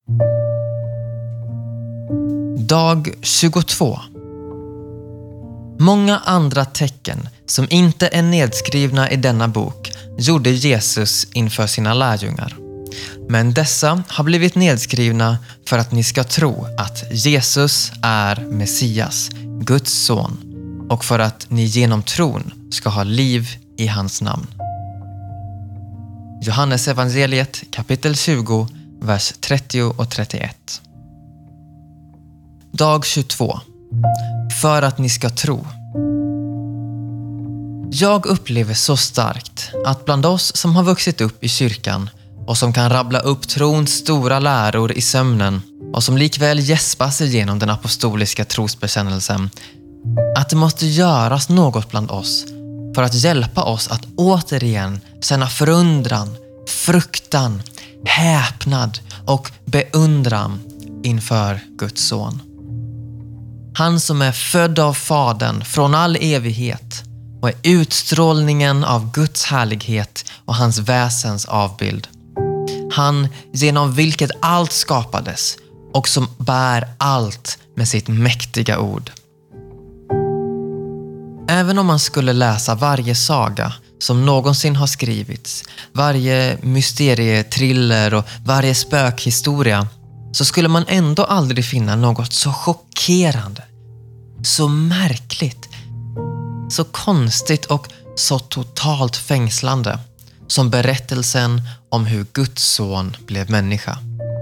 Dag 22. Många andra tecken som inte är nedskrivna i denna bok gjorde Jesus inför sina lärjungar. Men dessa har blivit nedskrivna för att ni ska tro att Jesus är Messias, Guds son, och för att ni genom tron ska ha liv i hans namn. Johannes evangeliet kapitel 20, vers 30 och 31. Dag 22. För att ni ska tro. Jag upplever så starkt att bland oss som har vuxit upp i kyrkan och som kan rabbla upp trons stora läror i sömnen och som likväl gäspar sig igenom den apostoliska trosbekännelsen, att det måste göras något bland oss för att hjälpa oss att återigen känna förundran, fruktan, häpnad och beundran inför Guds son. Han som är född av Fadern från all evighet och är utstrålningen av Guds härlighet och hans väsens avbild. Han genom vilket allt skapades och som bär allt med sitt mäktiga ord. Även om man skulle läsa varje saga som någonsin har skrivits, varje mysterietriller och varje spökhistoria, så skulle man ändå aldrig finna något så chockerande, så märkligt, så konstigt och så totalt fängslande som berättelsen om hur Guds son blev människa.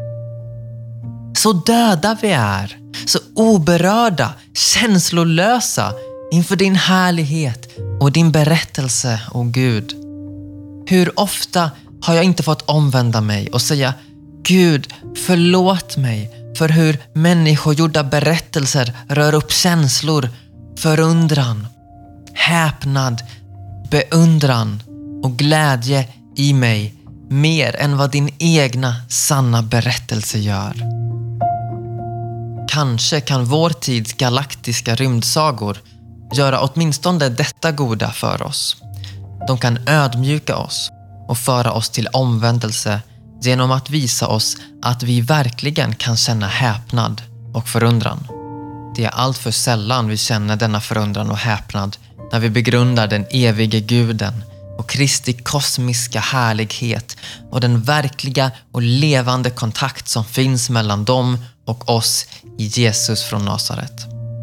Så döda vi är, så oberörda, känslolösa inför din härlighet och din berättelse, o Gud. Hur ofta har jag inte fått omvända mig och säga: Gud, förlåt mig för hur människogjorda berättelser rör upp känslor, förundran, häpnad, beundran och glädje i mig mer än vad din egna sanna berättelse gör. Kanske kan vår tids galaktiska rymdsagor göra åtminstone detta goda för oss. De kan ödmjuka oss och föra oss till omvändelse genom att visa oss att vi verkligen kan känna häpnad och förundran. Det är allt för sällan vi känner denna förundran och häpnad när vi begrundar den evige guden och Kristi kosmiska härlighet och den verkliga och levande kontakt som finns mellan dem och oss i Jesus från Nasaret.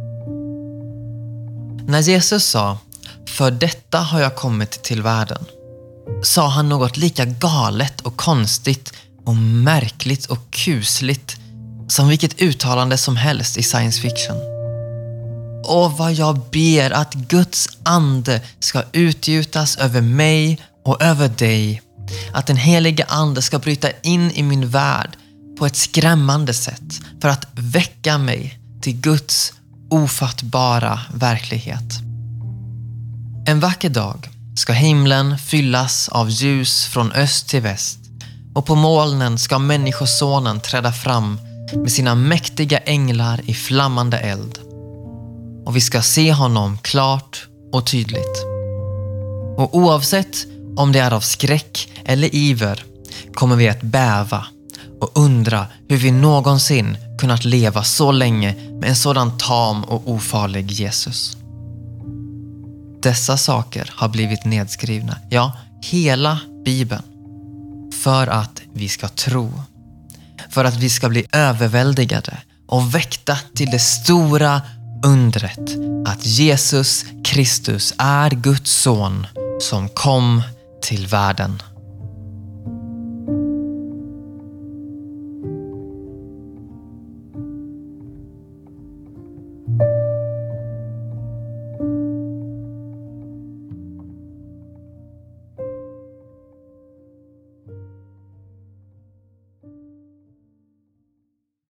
När Jesus sa: för detta har jag kommit till världen, sa han något lika galet och konstigt och märkligt och kusligt som vilket uttalande som helst i science fiction. Och vad jag ber att Guds ande ska utgjutas över mig och över dig. Att den heliga ande ska bryta in i min värld på ett skrämmande sätt för att väcka mig till Guds ofattbara verklighet. En vacker dag ska himlen fyllas av ljus från öst till väst, och på molnen ska människosonen träda fram med sina mäktiga änglar i flammande eld. Och vi ska se honom klart och tydligt. Och oavsett om det är av skräck eller iver kommer vi att bäva och undra hur vi någonsin kunnat leva så länge med en sådan tam och ofarlig Jesus. Dessa saker har blivit nedskrivna, ja, hela Bibeln, för att vi ska tro. För att vi ska bli överväldigade och väckta till det stora undret att Jesus Kristus är Guds son som kom till världen.